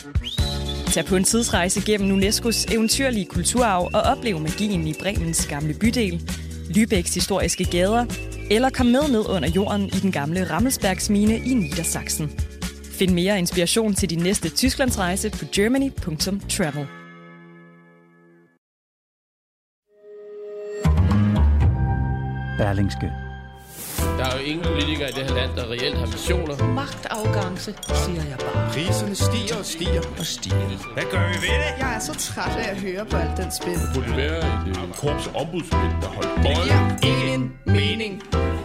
Tag på en tidsrejse gennem UNESCO's eventyrlige kulturarv og oplev magien i Bremens gamle bydel, Lübecks historiske gader, eller kom med ned under jorden i den gamle Rammelsbergsmine i Niedersachsen. Find mere inspiration til din næste Tysklandsrejse på germany.travel. Berlingske. Der er jo ingen politikere i det her land, der reelt har visioner. Magtafgangse, siger jeg bare. Priserne stiger og stiger og stiger. Hvad gør vi ved det? Jeg er så træt af at høre på alt den spil. Det burde være et korps ombudsmænd, der holdt Det giver ingen mening.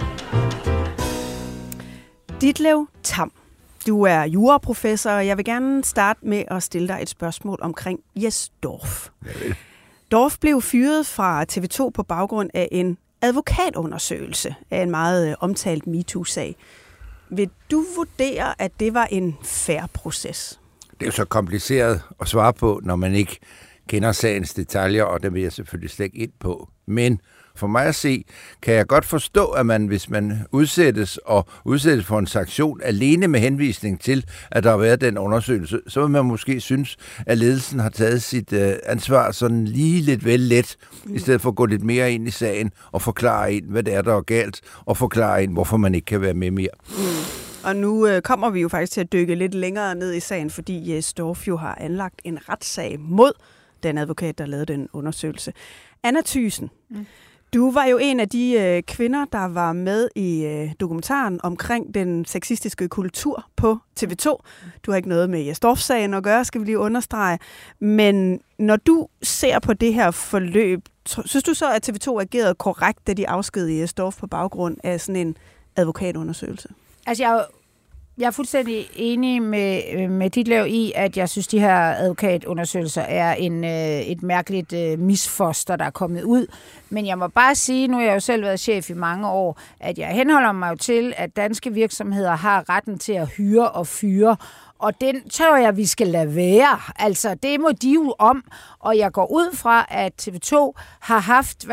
Ditlev Tamm, du er juraprofessor, og jeg vil gerne starte med at stille dig et spørgsmål omkring Jes Dorph. Dorph blev fyret fra TV2 på baggrund af en advokatundersøgelse af en meget omtalt MeToo-sag. Vil du vurdere, at det var en fair proces? Det er jo så kompliceret at svare på, når man ikke kender sagens detaljer, og det vil jeg selvfølgelig slet ikke ind på. Men for mig at se, kan jeg godt forstå, at man, hvis man udsættes for en sanktion alene med henvisning til, at der har været den undersøgelse, så vil man måske synes, at ledelsen har taget sit ansvar sådan lige lidt vel let, i stedet for at gå lidt mere ind i sagen og forklare ind, hvad det er, der er galt, og forklare ind, hvorfor man ikke kan være med mere. Og nu kommer vi jo faktisk til at dykke lidt længere ned i sagen, fordi Jes Dorph jo har anlagt en retssag mod den advokat, der lavede den undersøgelse. Anna Thyssen, du var jo en af de kvinder, der var med i dokumentaren omkring den sexistiske kultur på TV2. Du har ikke noget med Jes Dorph-sagen at gøre, skal vi lige understrege. Men når du ser på det her forløb, synes du så, at TV2 agerede korrekt, da de afskedede Jes Dorph på baggrund af sådan en advokatundersøgelse? Altså, jeg er fuldstændig enig med Ditlev i, at jeg synes, de her advokatundersøgelser er et mærkeligt misfoster, der er kommet ud. Men jeg må bare sige, nu har jeg jo selv været chef i mange år, at jeg henholder mig jo til, at danske virksomheder har retten til at hyre og fyre. Og den tør jeg, vi skal lade være. Altså, det må de jo om. Og jeg går ud fra, at TV2 har haft,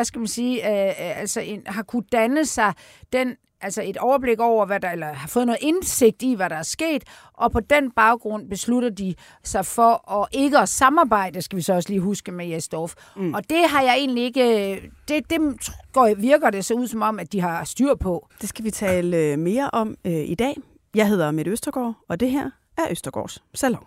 har kunnet danne sig et overblik over, eller har fået noget indsigt i, hvad der er sket, og på den baggrund beslutter de sig for at ikke at samarbejde, skal vi så også lige huske, med Jes Dorph. Og det har jeg egentlig ikke... virker det så ud som om, at de har styr på. Det skal vi tale mere om i dag. Jeg hedder Mette Østergaard, og det her er Østergaards Salon.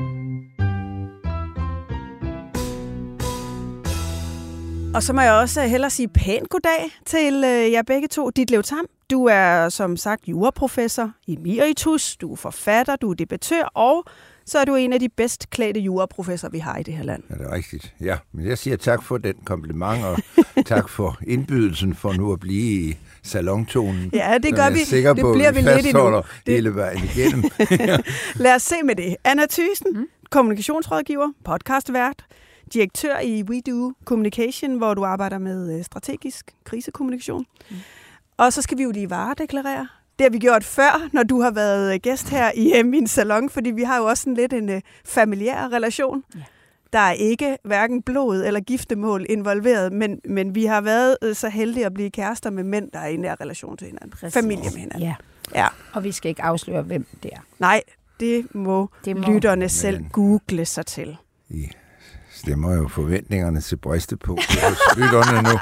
Og så må jeg også hellere sige pænt goddag til jer begge to. Ditlev Tamm, du er som sagt juraprofessor emeritus, du er forfatter, du er debattør, og så er du en af de bedst klædte juraprofessorer, vi har i det her land. Ja, det er rigtigt. Ja, men jeg siger tak for den kompliment, og tak for indbydelsen for nu at blive i salontonen. Ja, det gør vi. Sikker på, det bliver vi lidt endnu. Hele vejen igennem. Lad os se med det. Anna Thyssen, kommunikationsrådgiver, podcastvært, direktør i We Do Communication, hvor du arbejder med strategisk krisekommunikation. Og så skal vi jo lige varedeklarere. Det har vi gjort før, når du har været gæst her i min salon, fordi vi har jo også lidt en familiær relation. Ja. Der er ikke hverken blod eller giftemål involveret, men vi har været så heldige at blive kærester med mænd, der er i en nær relation til hinanden. Præcis. Familie med hinanden. Ja. Og vi skal ikke afsløre, hvem det er. Nej, det må lytterne selv google sig til. I stemmer jo forventningerne til briste på lytterne nu.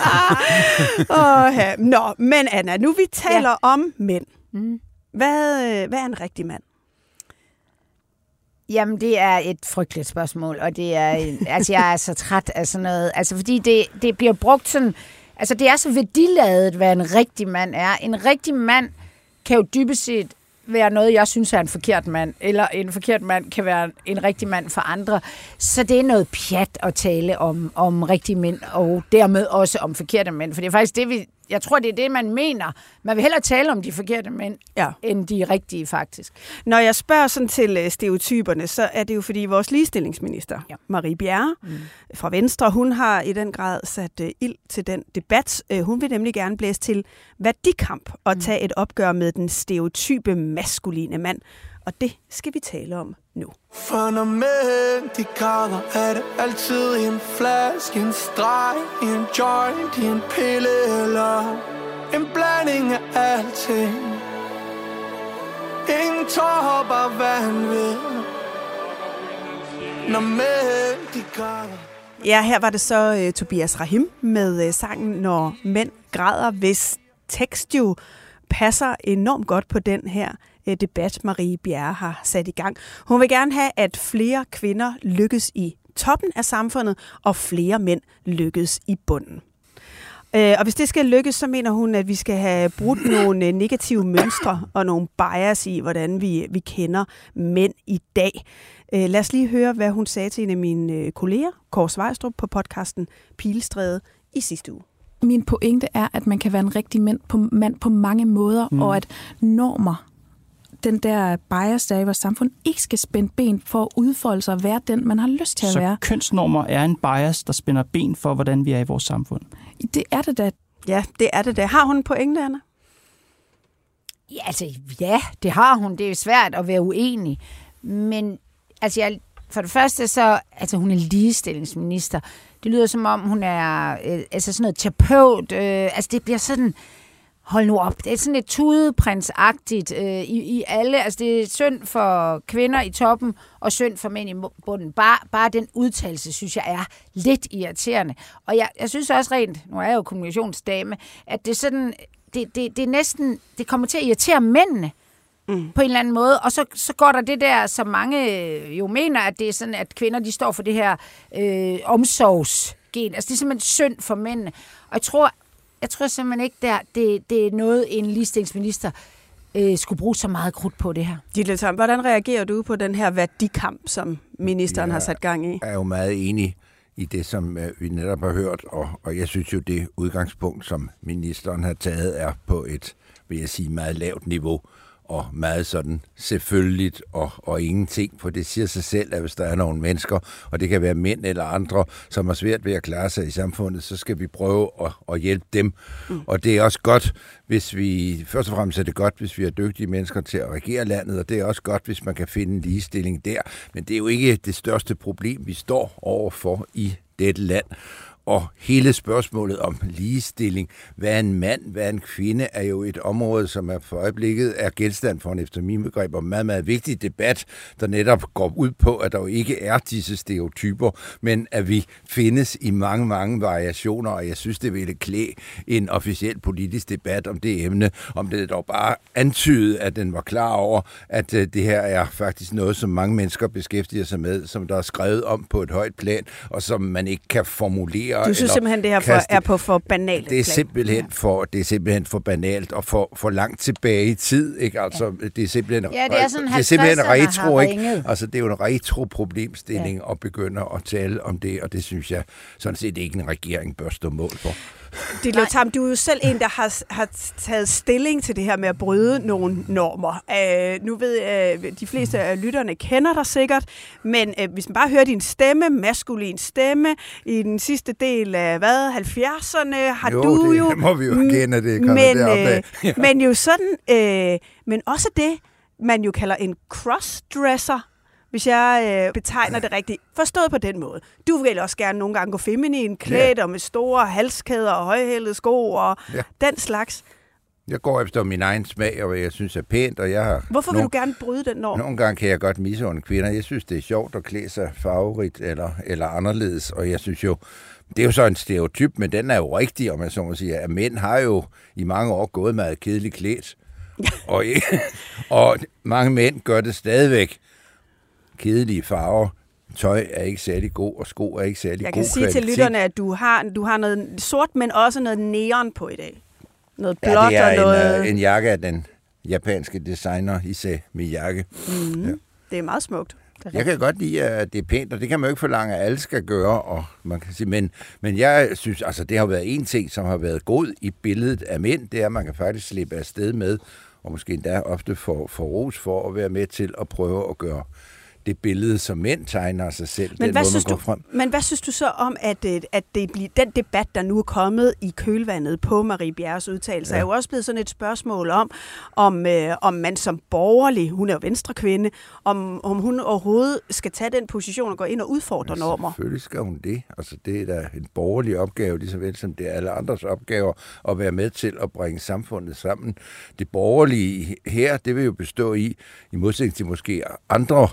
Nå, men Anna, nu vi taler om mænd. Hvad er en rigtig mand? Jamen, det er et frygteligt spørgsmål, og det er, jeg er så træt af sådan noget. Altså, fordi det bliver brugt sådan... Altså, det er så værdiladet, hvad en rigtig mand er. En rigtig mand kan jo dybest set være noget, jeg synes er en forkert mand, eller en forkert mand kan være en rigtig mand for andre. Så det er noget pjat at tale om rigtige mænd, og dermed også om forkerte mænd. For det er faktisk det, jeg tror, det er det, man mener. Man vil hellere tale om de forkerte mænd, end de rigtige, faktisk. Når jeg spørger sådan til stereotyperne, så er det jo fordi vores ligestillingsminister, Marie Bjerre fra Venstre, hun har i den grad sat ild til den debat. Hun vil nemlig gerne blæse til værdikamp og tage et opgør med den stereotype maskuline mand. Og det skal vi tale om nu. For når mænd de græder, er det altid en flaske, en streg, en joint, en pille eller en blanding af alting. Ingen tårer, bare vanvid. når mænd de græder. Ja, her var det så Tobias Rahim med sangen Når mænd græder, hvis tekst jo passer enormt godt på den her debat, Marie Bjerre har sat i gang. Hun vil gerne have, at flere kvinder lykkes i toppen af samfundet, og flere mænd lykkes i bunden. Og hvis det skal lykkes, så mener hun, at vi skal have brudt nogle negative mønstre og nogle bias i, hvordan vi kender mænd i dag. Lad os lige høre, hvad hun sagde til en af mine kolleger, Kåre Svejstrup, på podcasten Pilestræde i sidste uge. Min pointe er, at man kan være en rigtig mand på mange måder, og at normer, den der bias, der er i vores samfund, ikke skal spænde ben for at udfolde sig og være den, man har lyst til at være. Så kønsnormer er en bias, der spænder ben for, hvordan vi er i vores samfund? Det er det da. Ja, det er det da. Har hun en pointe, Anna? Ja, det har hun. Det er jo svært at være uenig. Men for det første så, hun er ligestillingsminister. Det lyder som om, hun er sådan noget terapeut. Det bliver sådan, hold nu op, det er sådan et tudeprinsagtigt i alle. Altså det er synd for kvinder i toppen, og synd for mænd i bunden. Bare den udtalelse, synes jeg, er lidt irriterende. Og jeg synes også rent, nu er jeg jo kommunikationsdame, at det er sådan, det er næsten, det kommer til at irritere mændene. På en eller anden måde, og så går der det der, som mange jo mener, at det er sådan, at kvinder, de står for det her omsorgsgen. Altså det er simpelthen synd for mændene. Og jeg tror simpelthen ikke, det er noget, en ligestillingsminister skulle bruge så meget krudt på det her. Ditte Tam, hvordan reagerer du på den her værdikamp, som ministeren har sat gang i? Jeg er jo meget enig i det, som vi netop har hørt, og jeg synes jo, det udgangspunkt, som ministeren har taget, er på et, vil jeg sige, meget lavt niveau. Og meget sådan selvfølgeligt og ingenting, for det siger sig selv, at hvis der er nogle mennesker, og det kan være mænd eller andre, som har svært ved at klare sig i samfundet, så skal vi prøve at hjælpe dem. Og det er også godt, først og fremmest er det godt, hvis vi har dygtige mennesker til at regere landet, og det er også godt, hvis man kan finde en ligestilling der. Men det er jo ikke det største problem, vi står overfor i dette land. Og hele spørgsmålet om ligestilling, hvad er en mand, hvad er en kvinde, er jo et område, som er for øjeblikket er genstand for en efter mine begreber meget, meget vigtig debat, der netop går ud på, at der jo ikke er disse stereotyper, men at vi findes i mange, mange variationer, og jeg synes, det ville klæde en officiel politisk debat om det emne, om det dog bare antydede, at den var klar over, at det her er faktisk noget, som mange mennesker beskæftiger sig med, som der er skrevet om på et højt plan, og som man ikke kan formulere. Du synes simpelthen, det her er på for banalt. Det er simpelthen for banalt og for langt tilbage i tid, ikke? Altså det er simpelthen retro, ikke? Altså det er jo en retro-problemstilling at begynde at tale om det, og det synes jeg sådan set ikke en regering bør stå mål for. Ditte Tam, du er jo selv en, der har taget stilling til det her med at bryde nogle normer. Nu ved de fleste af lytterne kender dig sikkert, men hvis man bare hører din stemme, maskulin stemme, i den sidste del af 70'erne, har du jo... det må vi jo erkende, det kommer deroppe af. Men jo sådan, men også det, man jo kalder en crossdresser, hvis jeg betegner det rigtigt. Forstået på den måde. Du vil også gerne nogle gange gå feminin, klædt og med store halskæder og højhælede sko og den slags. Jeg går efter min egen smag, og hvad jeg synes er pænt, og jeg har... Hvorfor vil du gerne bryde den norm? Nogle gange kan jeg godt misunde kvinder. Jeg synes, det er sjovt at klæde sig farverigt eller anderledes, og jeg synes jo, det er jo så en stereotyp, men den er jo rigtig, om jeg så må sige, at mænd har jo i mange år gået meget kedeligt klædt. Og mange mænd gør det stadigvæk. Kedelige farver. Tøj er ikke særlig god, og sko er ikke særlig god kvalitet. Jeg kan sige til lytterne, at du har noget sort, men også noget neon på i dag. Noget blåt og noget... en jakke af den japanske designer Issey Miyake. Ja. Det er meget smukt. Jeg kan godt lide, at det er pænt, og det kan man jo ikke forlange, at alle skal gøre, og man kan sige, men jeg synes, altså det har været en ting, som har været god i billedet af mænd, det er, at man kan faktisk slippe afsted med, og måske endda ofte for ros for at være med til at prøve at gøre det billede, som mænd tegner sig selv. Men hvad synes du så om, at det bliver den debat, der nu er kommet i kølvandet på Marie Bjerres udtalelse, er jo også blevet sådan et spørgsmål om man som borgerlig, hun er jo venstrekvinde, om hun overhovedet skal tage den position og gå ind og udfordre normer? Selvfølgelig skal hun det. Altså, det er da en borgerlig opgave, lige så vel som det er alle andres opgaver, at være med til at bringe samfundet sammen. Det borgerlige her, det vil jo bestå i modsætning til måske andre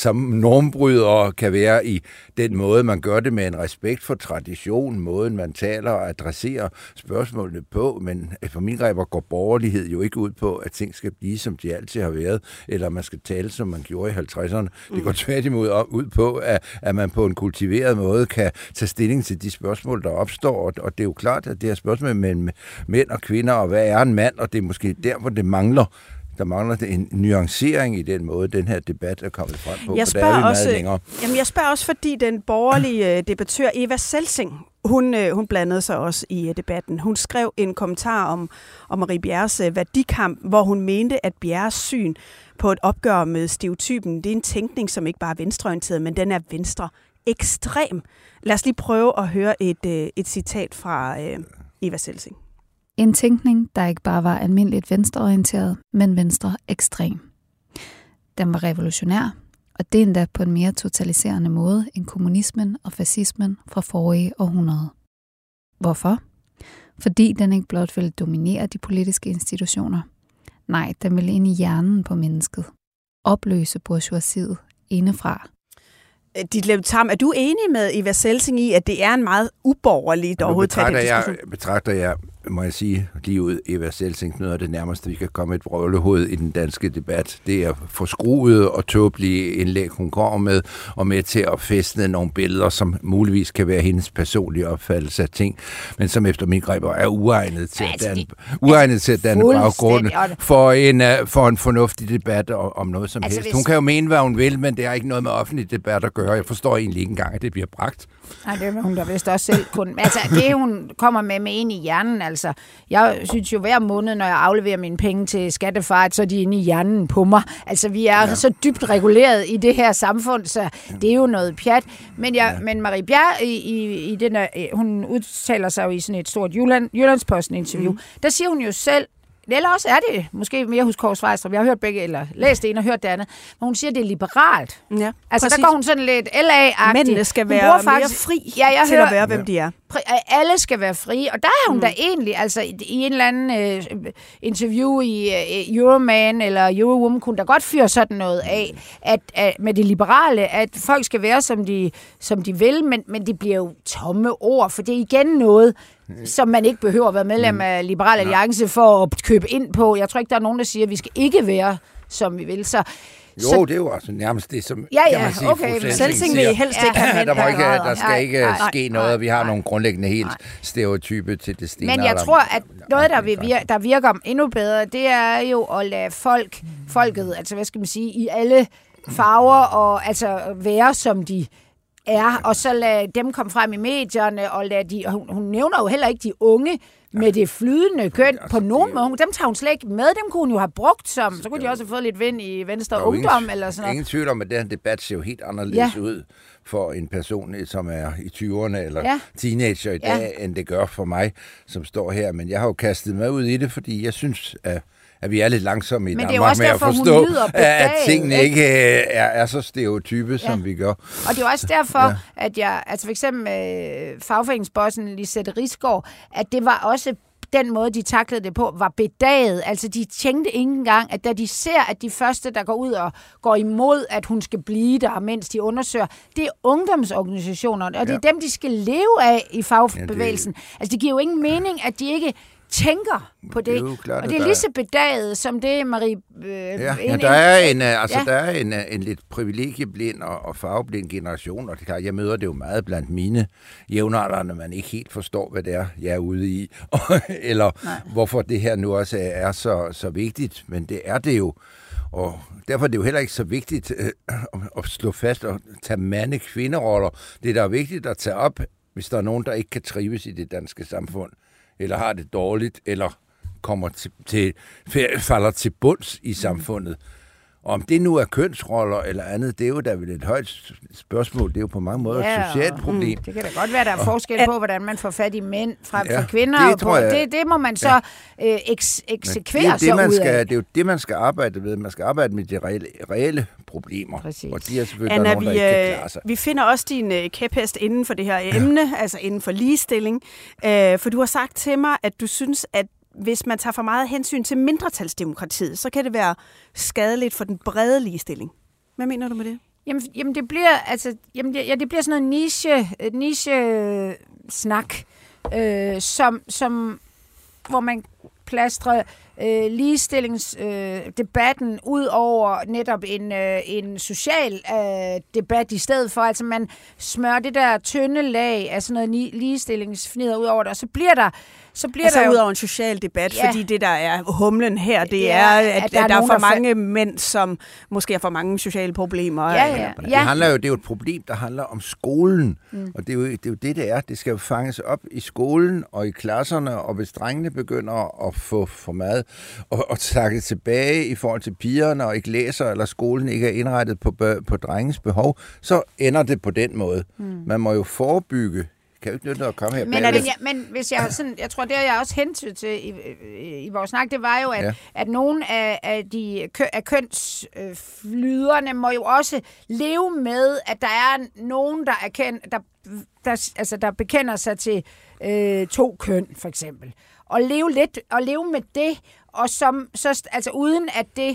som normbrydere kan være i den måde, man gør det med en respekt for tradition, måden man taler og adresserer spørgsmålene på, men for min ræber går borgerlighed jo ikke ud på, at ting skal blive, som de altid har været, eller man skal tale, som man gjorde i 50'erne. Det går tværtimod ud på, at man på en kultiveret måde kan tage stilling til de spørgsmål, der opstår, og det er jo klart, at det her spørgsmål mellem mænd og kvinder, og hvad er en mand, og det er måske der, hvor det mangler. Der mangler en nuancering i den måde, den her debat er kommet frem på. Jeg spørger også, fordi den borgerlige debattør Eva Selsing, hun blandede sig også i debatten. Hun skrev en kommentar om Marie Bjerres værdikamp, hvor hun mente, at Bjerres syn på et opgør med stereotypen, det er en tænkning, som ikke bare er venstreorienteret, men den er venstre ekstrem. Lad os lige prøve at høre et citat fra Eva Selsing. En tænkning, der ikke bare var almindeligt venstreorienteret, men venstre ekstrem. Den var revolutionær, og det endda på en mere totaliserende måde end kommunismen og fascismen fra forrige århundrede. Hvorfor? Fordi den ikke blot ville dominere de politiske institutioner. Nej, den ville ind i hjernen på mennesket. Opløse bourgeoisiet indefra. Ditlev Tamm, er du enig med Eva Selsing i, at det er en meget uborgerlig overhovedet betragter jeg, må jeg sige lige ud, Eva Selsing, noget af det nærmeste, vi kan komme et vrøvlehoved i den danske debat. Det er forskruede og tåbelige indlæg, hun går med, og med til at fæstne nogle billeder, som muligvis kan være hendes personlige opfattelse af ting, men som efter min greb er uegnet til at danne baggrund for en fornuftig debat om noget som helst. Hun kan jo mene, hvad hun vil, men det har ikke noget med offentlig debat at gøre. Jeg forstår egentlig ikke engang, at det bliver bragt. Nej, det er hun da vist også selv kun. Altså, det hun kommer med ind i hjernen, altså, jeg synes jo hver måned, når jeg afleverer mine penge til skattefart, så er de inde i hjernen på mig. Altså, vi er så dybt reguleret i det her samfund, så det er jo noget pjat. Men Marie Bjerre, i den der, hun udtaler sig jo i sådan et stort Jyllandsposten-interview, der siger hun jo selv, eller også er det måske mere hos Kåre Svejstrup. Jeg har hørt begge, eller læst det ene og hørt det andet. Men hun siger, at det er liberalt. Ja, altså, præcis. Der går hun sådan lidt LA-agtigt. Mændene skal være mere fri til at være, hvem de er. Alle skal være frie. Og der er hun da egentlig, altså i en eller anden interview i Euroman eller Eurowoman, kunne der godt fyre sådan noget af, at med det liberale, at folk skal være, som de vil, men det bliver jo tomme ord, for det er igen noget, som man ikke behøver at være medlem af Liberal Alliance for at købe ind på. Jeg tror ikke, der er nogen, der siger, at vi skal ikke være, som vi vil. Det er jo også nærmest det, som Selsing vil helst ikke have der skal ikke ske noget, og vi har nogle grundlæggende helt stereotype til det stenalder. Men jeg tror, at noget, der virker endnu bedre, det er jo at lade folket, altså hvad skal man sige, i alle farver, og altså være, som de er, og så lade dem komme frem i medierne, og hun nævner jo heller ikke de unge med det flydende køn på nogen måde. Dem tager hun slet ikke med, dem kunne hun jo have brugt så kunne de også have fået lidt vind i Venstre Ungdom, eller sådan noget. Ingen tvivl om, at den debat ser jo helt anderledes ud for en person, som er i 20'erne eller teenager i dag, end det gør for mig, som står her. Men jeg har jo kastet mig ud i det, fordi jeg synes, at vi er lidt langsomme i Danmark med at forstå, at tingene ikke er så stereotype, som vi gør. Og det er også derfor, at jeg, altså for eksempel fagforeningsbossen Lisette Risgaard, at det var også den måde, de taklede det på, var bedaget. Altså, de tænkte ikke engang, at da de ser, at de første, der går ud og går imod, at hun skal blive der, mens de undersøger, det er ungdomsorganisationer, og det er dem, de skal leve af i fagbevægelsen. Altså, det giver jo ingen mening, at de ikke tænker på det. Og det er lige så bedaget, som det, Marie... der er en lidt privilegieblind og farveblind generation, og det kan, jeg møder det jo meget blandt mine jævnaldrende, man ikke helt forstår, hvad det er, jeg er ude i, eller hvorfor det her nu også er så vigtigt, men det er det jo. Og derfor er det jo heller ikke så vigtigt at slå fast og tage mande-kvinderoller. Det, der er vigtigt at tage op, hvis der er nogen, der ikke kan trives i det danske samfund, eller har det dårligt, eller falder til bunds i samfundet. Og om det nu er kønsroller eller andet, det er jo da vel et højt spørgsmål. Det er jo på mange måder et socialt problem. Det kan da godt være, der er forskel på, hvordan man får fat i mænd frem for kvinder. Det må man så eksekvere sig ud af. Det er jo det, man skal arbejde ved. Man skal arbejde med de reelle problemer. Præcis. Og de er selvfølgelig Anna, nogen, der ikke kan klare sig. Vi finder også din kæphest inden for det her emne, altså inden for ligestilling. For du har sagt til mig, at du synes, at hvis man tager for meget hensyn til mindretalsdemokratiet, så kan det være skadeligt for den brede ligestilling. Hvad mener du med det? Jamen det bliver det bliver sådan noget niche-snak, som hvor man plastrer ligestillingsdebatten ud over netop en social debat i stedet for. Altså man smører det der tynde lag af sådan noget ligestillingsfnider ud over det, og så bliver der ud over en social debat, fordi det der er humlen her, det er, at der er for mange mænd, som måske har for mange sociale problemer. Det er jo et problem, der handler om skolen, og det er jo det er. Det skal jo fanges op i skolen og i klasserne, og hvis drengene begynder at få for meget og takke tilbage i forhold til pigerne, og ikke læser, eller skolen ikke er indrettet på drengens behov, så ender det på den måde. Man må jo forebygge. Kan jo ikke nytte noget at komme her. Men hvis jeg tror, det jeg også hentede til i vores snak, det var jo, at nogle af kønsflyderne må jo også leve med, at der er nogen, der bekender sig til 2 køn, for eksempel. Og leve med det, og uden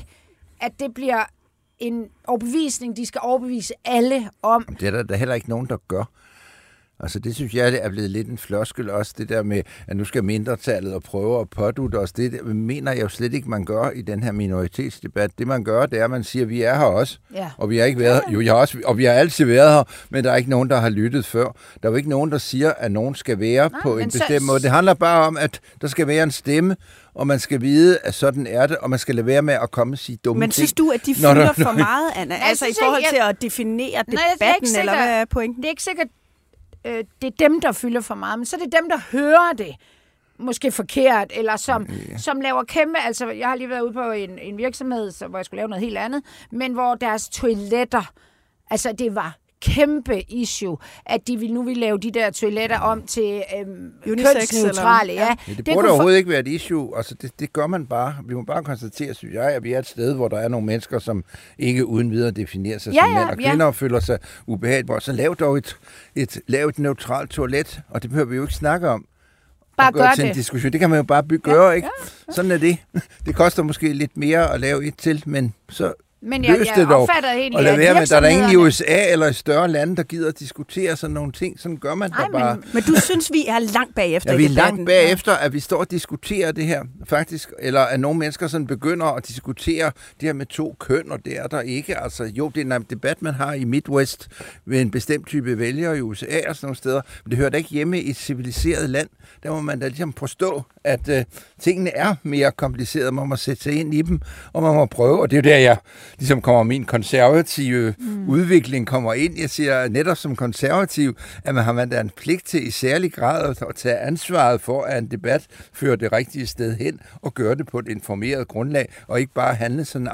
at det bliver en overbevisning, de skal overbevise alle om. Det er der heller ikke nogen, der gør. Altså det synes jeg, det er blevet lidt en floskel også, det der med, at nu skal mindretallet og prøve at pådutte os. Det mener jeg jo slet ikke, man gør i den her minoritetsdebat. Det man gør, det er, at man siger, at vi er her også, og vi har ikke været her. Og vi har altid været her, men der er ikke nogen, der har lyttet før. Der er jo ikke nogen, der siger, at nogen skal være på en bestemt måde. Det handler bare om, at der skal være en stemme, og man skal vide, at sådan er det, og man skal lade være med at komme og sige dumme ting. Men synes du, at de fylder for meget, Anna? Altså i forhold til at definere debatten, eller hvad er pointen? Det er ikke sikkert, det er dem, der fylder for meget, men så er det dem, der hører det måske forkert, eller som laver kæmpe, altså jeg har lige været ude på en virksomhed, hvor jeg skulle lave noget helt andet, men hvor deres toiletter, altså det var kæmpe issue, at de nu vil lave de der toiletter om til kønsneutrale. Det burde overhovedet ikke være et issue. Altså det gør man bare. Vi må bare konstatere, synes jeg, at vi er et sted, hvor der er nogle mennesker, som ikke uden videre definerer sig som mænd, og kvinder føler sig ubehageligt. Så lav dog et neutralt toilet, og det behøver vi jo ikke snakke om. Bare gør til en diskussion. Det kan man jo bare gøre, ikke? Sådan er det. Det koster måske lidt mere at lave et til, men så Men jeg opfatter egentlig, og lad være med, der er ingen i USA eller i større lande, der gider at diskutere sådan nogle ting. Sådan gør man da bare. Men du synes, vi er langt bagefter i debatten? Vi er langt bagefter, at vi står og diskuterer det her, faktisk. Eller at nogle mennesker sådan begynder at diskutere det her med 2 køn, og det er der ikke. Altså, jo, det er en debat, man har i Midwest ved en bestemt type vælgere i USA og sådan nogle steder. Men det hører da ikke hjemme i et civiliseret land. Der må man da ligesom forstå, at tingene er mere komplicerede. Man må sætte sig ind i dem, og man må prøve. Og det er jo der, jeg ligesom kommer min konservative udvikling kommer ind. Jeg siger netop som konservativ, at man har en pligt til i særlig grad at tage ansvaret for, at en debat fører det rigtige sted hen, og gøre det på et informeret grundlag, og ikke bare handle sådan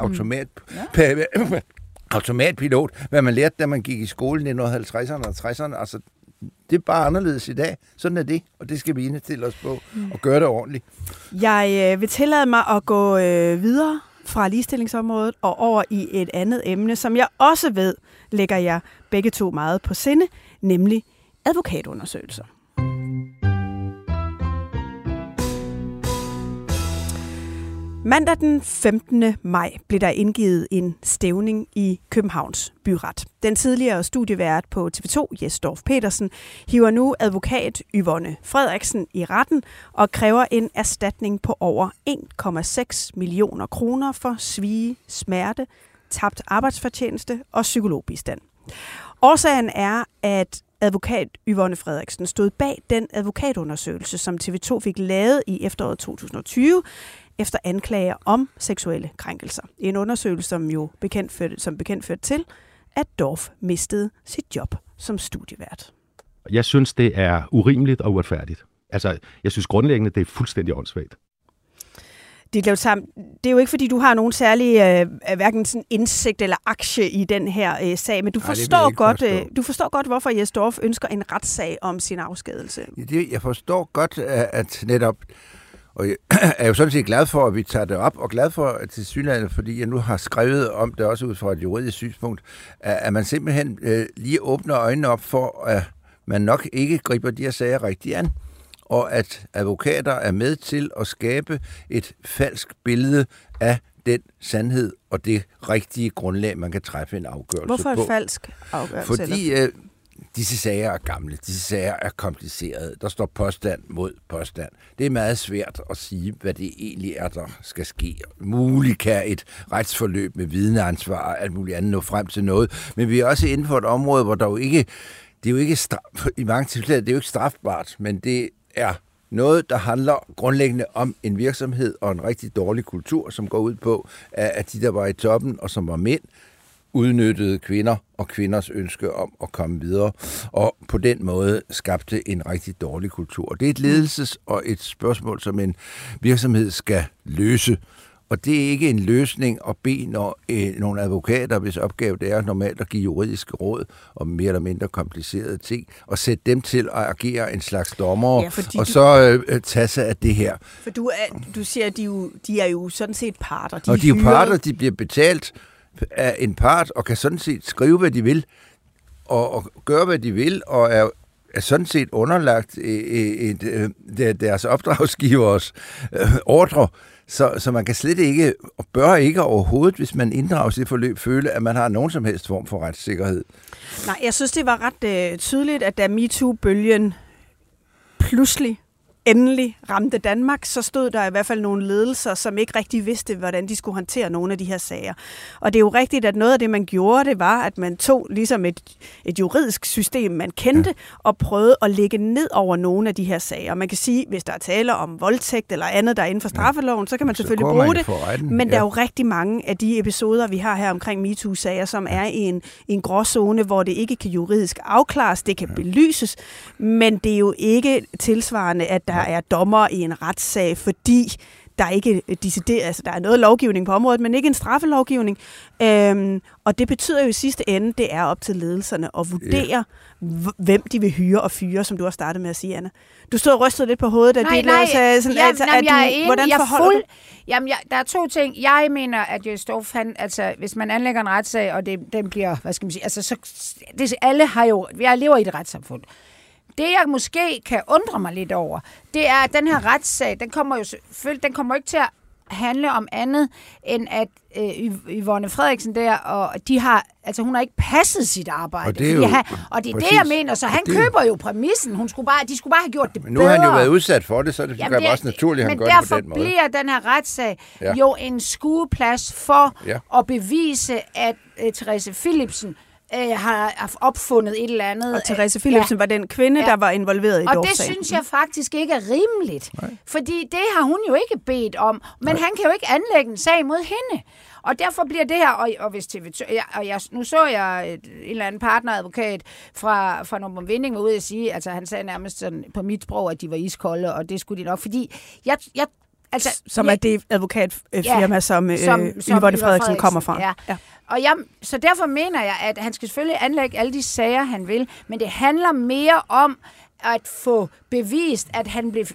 automatpilot, hvad man lærte, da man gik i skole i 1950'erne og 60'erne. Altså, det er bare anderledes i dag. Sådan er det, og det skal vi indstille os på og gøre det ordentligt. Jeg vil tillade mig at gå videre fra ligestillingsområdet og over i et andet emne, som jeg også ved, lægger jeg begge to meget på sinde, nemlig advokatundersøgelser. Mandag den 15. maj blev der indgivet en stævning i Københavns Byret. Den tidligere studievært på TV2, Jes Dorph Petersen, hiver nu advokat Yvonne Frederiksen i retten og kræver en erstatning på over 1,6 millioner kroner for svie, smerte, tabt arbejdsfortjeneste og psykologbistand. Årsagen er, at advokat Yvonne Frederiksen stod bag den advokatundersøgelse, som TV2 fik lavet i efteråret 2020, efter anklager om seksuelle krænkelser. En undersøgelse, som jo bekendt førte til, at Dorph mistede sit job som studievært. Jeg synes, det er urimeligt og uretfærdigt. Altså, jeg synes grundlæggende, det er fuldstændig åndssvagt. Det er jo ikke, fordi du har nogen særlig hverken sådan indsigt eller aktie i den her sag, men du forstår godt, hvorfor Jes Dorph ønsker en retssag om sin afskedelse. Jeg forstår godt, at netop. Og jeg er jo sådan set glad for, at vi tager det op, og glad for at til synligheden, fordi jeg nu har skrevet om det også ud fra et juridisk synspunkt, at man simpelthen lige åbner øjnene op for, at man nok ikke griber de her sager rigtig an, og at advokater er med til at skabe et falsk billede af den sandhed og det rigtige grundlag, man kan træffe en afgørelse på. Hvorfor en falsk afgørelse? Fordi disse sager er gamle, disse sager er komplicerede. Der står påstand mod påstand. Det er meget svært at sige, hvad det egentlig er, der skal ske. Muligt kan et retsforløb med vidneansvar og alt muligt andet nå frem til noget. Men vi er også inden for et område, hvor der jo ikke... Det er jo ikke i mange tilfælde, det er jo ikke strafbart, men det er noget, der handler grundlæggende om en virksomhed og en rigtig dårlig kultur, som går ud på, at de, der var i toppen og som var mænd, udnyttede kvinder og kvinders ønske om at komme videre, og på den måde skabte en rigtig dårlig kultur. Det er et ledelses- og et spørgsmål, som en virksomhed skal løse. Og det er ikke en løsning at bede nogle advokater, hvis opgave det er normalt at give juridiske råd om mere eller mindre komplicerede ting, og sætte dem til at agere en slags dommere, og så tage sig af det her. For du siger, at de er jo sådan set parter. Og de er jo parter, de bliver betalt af en part, og kan sådan set skrive, hvad de vil, og gøre, hvad de vil, og er sådan set underlagt deres opdragsgivers ordre. Så man kan slet ikke, og bør ikke overhovedet, hvis man inddrages i det forløb, føle, at man har nogen som helst form for retssikkerhed. Nej, jeg synes, det var ret tydeligt, at da MeToo-bølgen pludselig endelig ramte Danmark, så stod der i hvert fald nogle ledelser, som ikke rigtig vidste, hvordan de skulle håndtere nogle af de her sager. Og det er jo rigtigt, at noget af det, man gjorde, det var, at man tog ligesom et juridisk system, man kendte, og prøvede at lægge ned over nogle af de her sager. Man kan sige, hvis der er tale om voldtægt eller andet, der er inden for straffeloven, så kan man selvfølgelig bruge det. Men der er jo rigtig mange af de episoder, vi har her omkring MeToo-sager, som er i en gråzone, hvor det ikke kan juridisk afklares, det kan belyses, men det er jo ikke tilsvarende, at der er dommer i en retssag, fordi der ikke altså der er noget lovgivning på området, men ikke en straffelovgivning. Og det betyder jo i sidste ende, det er op til ledelserne at vurdere, hvem de vil hyre og fyre, som du har startet med at sige, Anna. Du stod og rystede lidt på hovedet, at det sagde sådan, hvordan forholder du? Jamen, der er to ting. Jeg mener, at Jørgen Storff, hvis man anlægger en retssag, og den bliver, hvad skal man sige, altså så, alle har jo, jeg lever i et retssamfund. Det, jeg måske kan undre mig lidt over, det er, at den her retssag, den kommer ikke til at handle om andet, end at Yvonne Frederiksen der, og hun har ikke passet sit arbejde. Og det er det, jeg mener, så han køber jo præmissen. De skulle bare have gjort det bedre. Men nu har han jo været udsat for det, så det er også naturligt, at han gør det på den måde. Men derfor bliver den her retssag jo en skueplads for at bevise, at Therese Philipsen har opfundet et eller andet. Og Therese Philipsen var den kvinde, der var involveret i og det synes jeg faktisk ikke er rimeligt. Nej. Fordi det har hun jo ikke bedt om. Men han kan jo ikke anlægge en sag mod hende. Og derfor bliver det her, og hvis TV2, nu så jeg en eller anden partneradvokat fra Norman Vinding var ude at sige, altså han sagde nærmest sådan på mit sprog, at de var iskolde, og det skulle de nok, fordi som er det advokatfirma, som Yvonne Frederiksen kommer fra. Ja. Og så derfor mener jeg, at han skal selvfølgelig anlægge alle de sager, han vil, men det handler mere om at få bevist, at han blev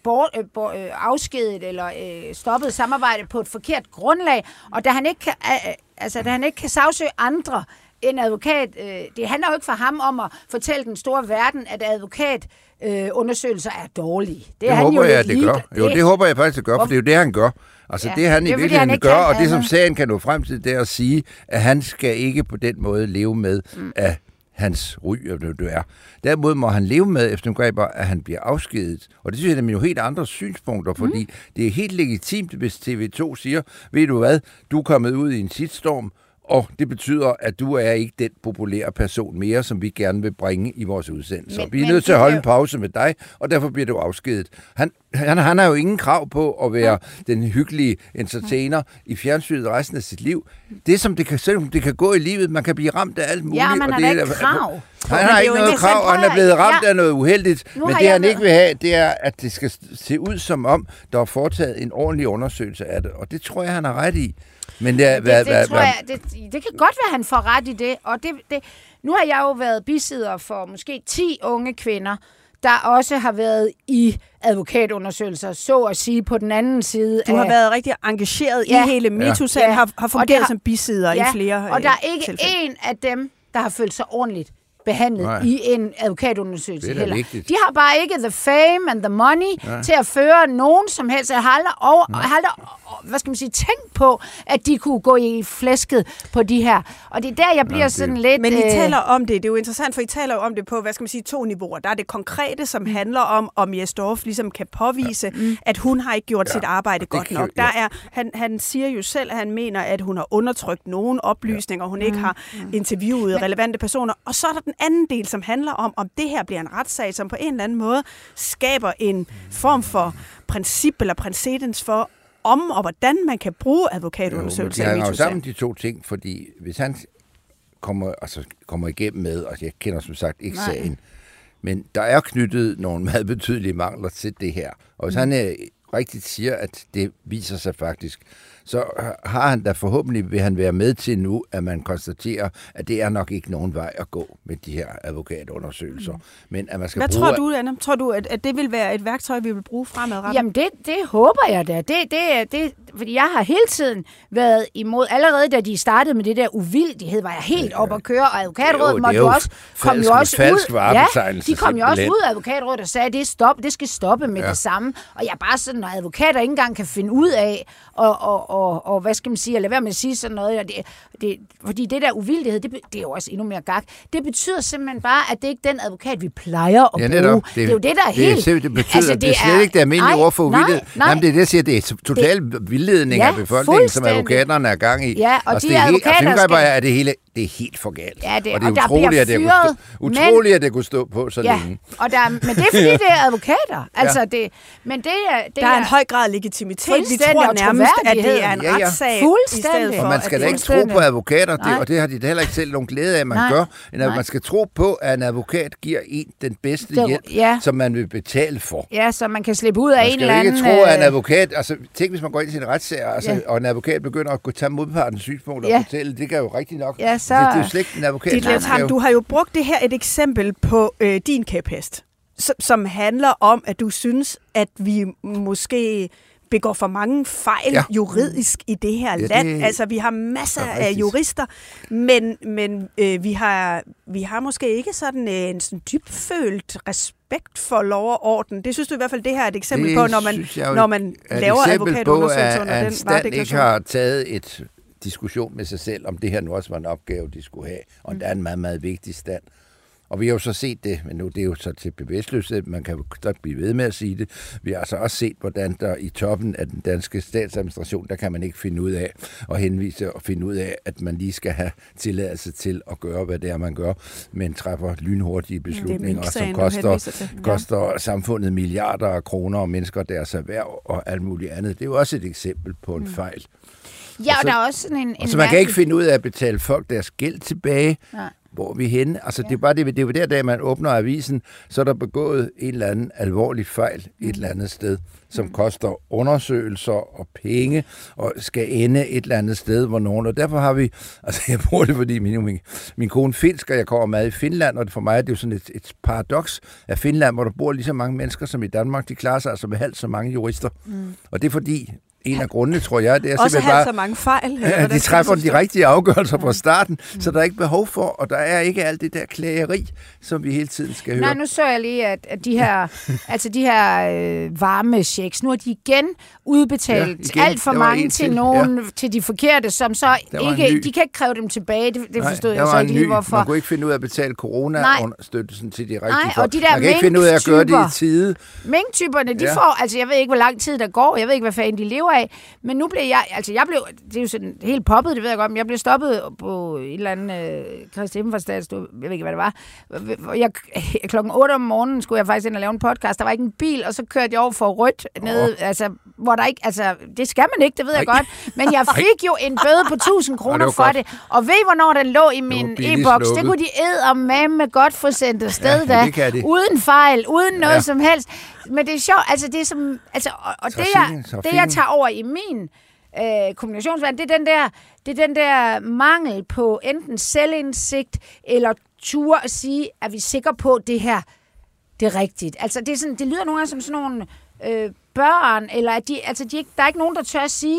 afskediget eller stoppet samarbejde på et forkert grundlag, og da han ikke kan sagsøge andre end advokat, det handler jo ikke for ham om at fortælle den store verden, at advokatundersøgelser er dårlige. Det håber jeg, det gør. Jo, det håber jeg faktisk, det gør, for det er jo det, han gør. Altså det han i virkeligheden gør, og det som sagen kan nå frem til, det er at sige, at han skal ikke på den måde leve med, at hans ry, det er. Derimod må han leve med efter begreber, at han bliver afskediget. Og det synes jeg, det er jo helt andre synspunkter, fordi det er helt legitimt, hvis TV2 siger, ved du hvad, du er kommet ud i en shitstorm, og det betyder, at du er ikke den populære person mere, som vi gerne vil bringe i vores udsendelse. Vi er nødt til at holde en pause med dig, og derfor bliver du afskediget. Han har jo ingen krav på at være den hyggelige entertainer i fjernsynet resten af sit liv. Det som det kan gå i livet, man kan blive ramt af alt muligt. Ja, man har da ikke krav. Han har ikke noget krav, og han er blevet ramt af noget uheldigt. Men det han ikke vil have, det er, at det skal se ud som om, der er foretaget en ordentlig undersøgelse af det. Og det tror jeg, han har ret i. Men det kan godt være, han får ret i det. Og nu har jeg jo været bisidder for måske 10 unge kvinder, der også har været i advokatundersøgelser, så at sige, på den anden side. Du har været rigtig engageret i hele MeToo-sagen, har fungeret som bisidder i flere og der er ikke en af dem, der har følt sig ordentligt behandlet i en advokatundersøgelse heller. Vigtigt. De har bare ikke the fame and the money til at føre nogen som helst. Jeg har aldrig hvad skal man sige, tænkt på, at de kunne gå i flæsket på de her. Og det er der, jeg bliver sådan lidt... Men I taler om det. Det er jo interessant, for I taler jo om det på, hvad skal man sige, 2 niveauer. Der er det konkrete, som handler om Jes Dorph ligesom kan påvise, at hun har ikke gjort sit arbejde godt nok. Der er, han siger jo selv, at han mener, at hun har undertrykt nogle oplysninger, hun ikke har interviewet relevante personer. Og så er der den anden del, som handler om det her bliver en retssag, som på en eller anden måde skaber en form for princip eller præcedens for, om og hvordan man kan bruge advokatundersøgelser. Det hænger jo sammen de 2 ting, fordi hvis han kommer igennem med, og jeg kender som sagt ikke sagen, men der er knyttet nogle meget betydelige mangler til det her. Og hvis han rigtigt siger, at det viser sig faktisk, så har han da forhåbentlig, vil han være med til nu, at man konstaterer, at det er nok ikke nogen vej at gå med de her advokatundersøgelser. Men at man skal tror du, Anna? Tror du, at det vil være et værktøj, vi vil bruge fremadrettet? Jamen, det håber jeg da. Fordi jeg har hele tiden været imod, allerede da de startede med det der uvildighed, var jeg helt op at køre, og advokatrådet måtte jo også komme jo også ud. Ja, de kom jo også ud af advokatrådet og sagde, at det skal stoppe med det samme. Og jeg er bare sådan, når advokater ikke engang kan finde ud af, og hvad skal man sige, eller hvad man sige sådan noget, fordi det der uvildighed, det er jo også endnu mere gak. Det betyder simpelthen bare, at det ikke er den advokat, vi plejer at bruge. Netop. Det er jo det, der er helt... Det betyder, det er slet ikke det almindelige ord for uvildighed. Nej. Jamen, det er det, jeg siger, det er total vildledning af befolkningen, som advokaterne er gang i. Ja, og de advokater er det hele... Det er helt for galt. Ja, og det er utroligt, at det kunne stå på så længe. Men det er fordi, det er advokater. Altså, der er en høj grad af legitimitet. Vi tror nærmest, at det er en retssag. Fuldstændig. Og man skal da ikke tro på advokater, og det har de da heller ikke selv nogen glæde af, at man gør. Man skal tro på, at en advokat giver den bedste hjælp, som man vil betale for. Ja, så man kan slippe ud af en eller anden... Man skal ikke tro, at en advokat... tænk, hvis man går ind til en retssag, og en advokat begynder at tage modpartens synspunkter og fortælle, det kan jo rigtigt nok... Det er jo slet ikke en advokat. Du har jo brugt det her et eksempel på din kæphest, som handler om, at du synes, at vi måske begår for mange fejl juridisk i det her land. Altså, vi har masser af jurister, men vi har måske ikke sådan en sådan dybfølt respekt for lov og orden. Det synes du i hvert fald, det her er et eksempel på, når man laver advokatundersøgelser under den varedeklaration. Ikke har taget et diskussion med sig selv, om det her nu også var en opgave, de skulle have, og der er en meget, meget vigtig stand. Og vi har jo så set det, men nu det er jo så til bevidstløshed, man kan jo godt blive ved med at sige det. Vi har altså også set, hvordan der i toppen af den danske statsadministration, der kan man ikke finde ud af at henvise og finde ud af, at man lige skal have tilladelse til at gøre, hvad det er, man gør, men træffer lynhurtige beslutninger, som koster samfundet milliarder af kroner og mennesker deres erhverv og alt muligt andet. Det er jo også et eksempel på en fejl. Ja, og der er også sådan en så man kan ikke finde ud af at betale folk deres gæld tilbage. Nej. Hvor er vi henne? Altså, det er bare det er jo der, da man åbner avisen, så er der begået en eller anden alvorlig fejl et eller andet sted, som koster undersøgelser og penge, og skal ende et eller andet sted, hvor nogen... Og derfor har vi... Altså, jeg bruger det, fordi min kone finsk, og jeg kommer med i Finland, og for mig er det jo sådan et paradoks af Finland, hvor der bor lige så mange mennesker som i Danmark. De klarer sig altså med halvt så mange jurister. Og det er fordi... En af grundene, tror jeg, det er også simpelthen bare... Også så mange fejl. De træffer de rigtige afgørelser fra starten, så der er ikke behov for, og der er ikke alt det der klageri, som vi hele tiden skal høre. Nej, nu så jeg lige, at de her, de her varmechecks, nu har de igen udbetalt alt for mange til nogen, til de forkerte, som så ikke... De kan ikke kræve dem tilbage, det forstod jeg så ikke lige, hvorfor. Man kunne ikke finde ud af at betale corona-understøttelsen til de rigtige folk. Og de der man kan ikke finde ud af at gøre det i tide. Minktyperne, de får... Altså, jeg ved ikke, hvor lang tid der går. Jeg ved ikke, hvad fanden de lever af. Men nu blev det er jo sådan helt poppet, det ved jeg godt, men jeg blev stoppet på et eller andet Kristi Himmelfartsdag, jeg ved ikke, hvad det var. Klokken 8 om morgenen skulle jeg faktisk ind og lave en podcast, der var ikke en bil, og så kørte jeg over for rødt nede, altså, hvor der ikke, altså, det skal man ikke, det ved jeg godt, men jeg fik jo en bøde på 1.000 kroner for det, og ved hvornår den lå i min e-boks, det kunne de med godt få sendt afsted uden fejl, uden noget som helst. Men det er sjovt, altså det er som, altså, og det jeg tager over i min kommunikationsverden, det er den der mangel på enten selvindsigt eller tur at sige, at vi er sikre på det her, det er rigtigt. Altså det er sådan, det lyder nogle gange som sådan nogle børn, eller at der er ikke nogen, der tør at sige,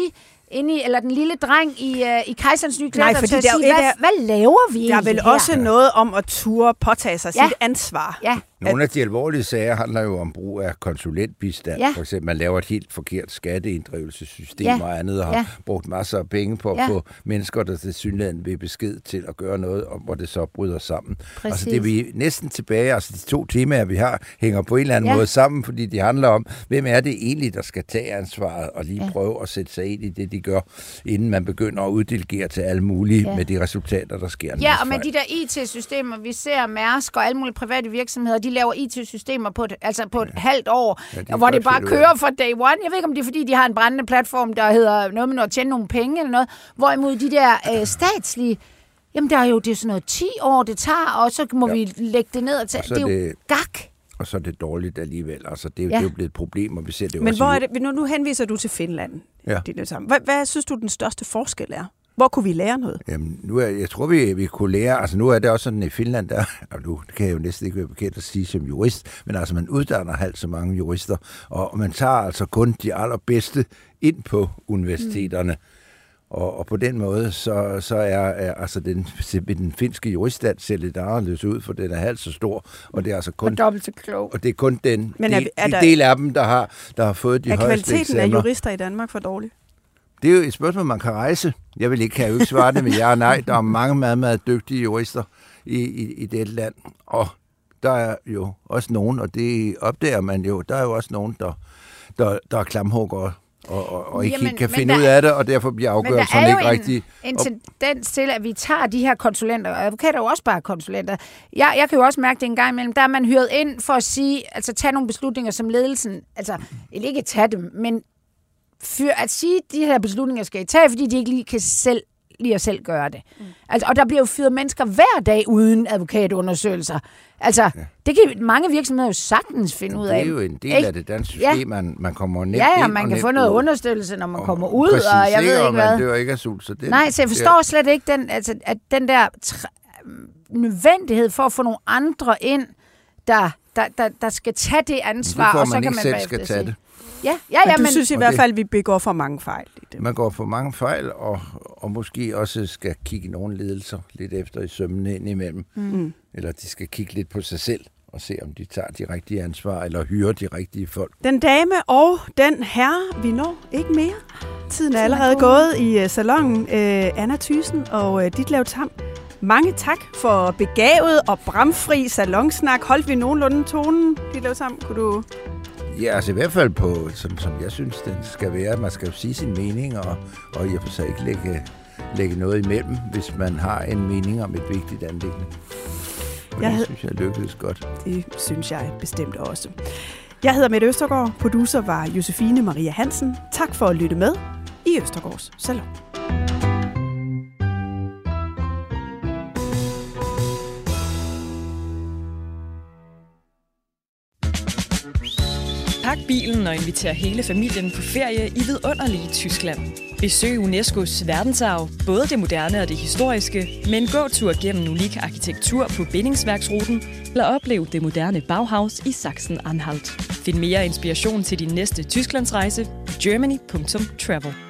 eller den lille dreng i Kejserens Nye Klæder, Nej, fordi til at sige, hvad laver vi egentlig Der er vel her? også noget om at turde påtage sig sit ansvar. Ja. Nogle af de alvorlige sager handler jo om brug af konsulentbistand. Ja. For eksempel, man laver et helt forkert skatteinddrivelsessystem og andet, og har brugt masser af penge på at få mennesker, der til synligheden vil besked til at gøre noget, hvor det så bryder sammen. Præcis. Altså det er vi næsten tilbage, altså de to temaer, vi har, hænger på en eller anden måde sammen, fordi de handler om, hvem er det egentlig, der skal tage ansvaret og lige prøve at sætte sig ind i det, de gør, inden man begynder at uddelegere til alle mulige med de resultater, der sker. Ja, og med de der IT-systemer, vi ser Mærsk og alle mulige private virksomheder, de laver IT-systemer på et halvt år, hvor det bare kører fra day one. Jeg ved ikke, om det er, fordi de har en brændende platform, der hedder noget med at tjene nogle penge eller noget, hvorimod de der statslige, jamen der er jo det er sådan noget 10 år, det tager, og så må vi lægge det ned og tage. Det er jo gak. Og så er det dårligt alligevel. Altså, det er jo blevet et problem, og vi ser det jo Men også. hvor er det, nu henviser du til Finland. Ja. Hvad synes du, den største forskel er? Hvor kunne vi lære noget? Jamen, jeg tror, vi kunne lære, altså nu er det også sådan i Finland, der, og nu kan jeg jo næsten ikke være bekendt at sige som jurist, men altså man uddanner halvt så mange jurister, og man tager altså kun de allerbedste ind på universiteterne. Og på den måde, så er altså den finske juriststand ser lidt anderledes ud, for den er halvt så stor, og det er altså kun... Og dobbelt så klog. Og det er kun den del af dem, der har fået de højeste eksamener. Er kvaliteten af jurister i Danmark for dårlig? Det er jo et spørgsmål, man kan rejse. Jeg vil ikke svare det med ja og nej. Der er mange meget, meget dygtige jurister i det land, og der er jo også nogen, og det opdager man jo, der er jo også nogen, der er klamhuggere, og ikke helt kan finde ud af det, og derfor bliver afgørelserne ikke rigtigt. En tendens til, at vi tager de her konsulenter, og advokater er jo også bare konsulenter. Jeg kan jo også mærke det en gang imellem, der er man hyret ind for at sige, altså tage nogle beslutninger som ledelsen, altså ikke tage dem, men at sige, at de her beslutninger skal I tage, fordi de ikke lige kan lide at selv gøre det. Altså, og der bliver jo fyret mennesker hver dag uden advokatundersøgelser. Altså, det kan mange virksomheder jo sagtens finde ud af. Det er jo en del af det danske system, man kommer nemt ind. Ja, man kan få noget understøttelse, når man kommer ud, præcis, og jeg ved ikke hvad. Man dør ikke af sult. Nej, så jeg forstår slet ikke at den der nødvendighed for at få nogle andre ind, der skal tage det ansvar, og så kan man selv skal tage det. Men du synes i hvert fald, at vi begår for mange fejl i det. Man går for mange fejl, og måske også skal kigge nogle ledelser lidt efter i sømmene ind imellem. Eller de skal kigge lidt på sig selv og se, om de tager de rigtige ansvar, eller hyrer de rigtige folk. Den dame og den herre, vi når ikke mere. Tiden er allerede gået i salonen. Anna Thyssen og Ditlev Tamm. Mange tak for begavet og bramfri salonsnak. Holdt vi nogenlunde tonen, Ditlev Tamm? Kunne du... Ja, altså i hvert fald på, som jeg synes, den skal være. Man skal jo sige sin mening, og i og for sig ikke lægge noget imellem, hvis man har en mening om et vigtigt anliggende. Det synes jeg lykkedes godt. Det synes jeg bestemt også. Jeg hedder Mette Østergaard. Producer var Josefine Maria Hansen. Tak for at lytte med i Østergaards Salon. Pak bilen og inviter hele familien på ferie i vidunderlige Tyskland. Besøg UNESCO's verdensarv, både det moderne og det historiske, med en gåtur gennem unik arkitektur på bindingsværksruten, eller oplev det moderne Bauhaus i Sachsen-Anhalt. Find mere inspiration til din næste Tysklandsrejse på germany.travel.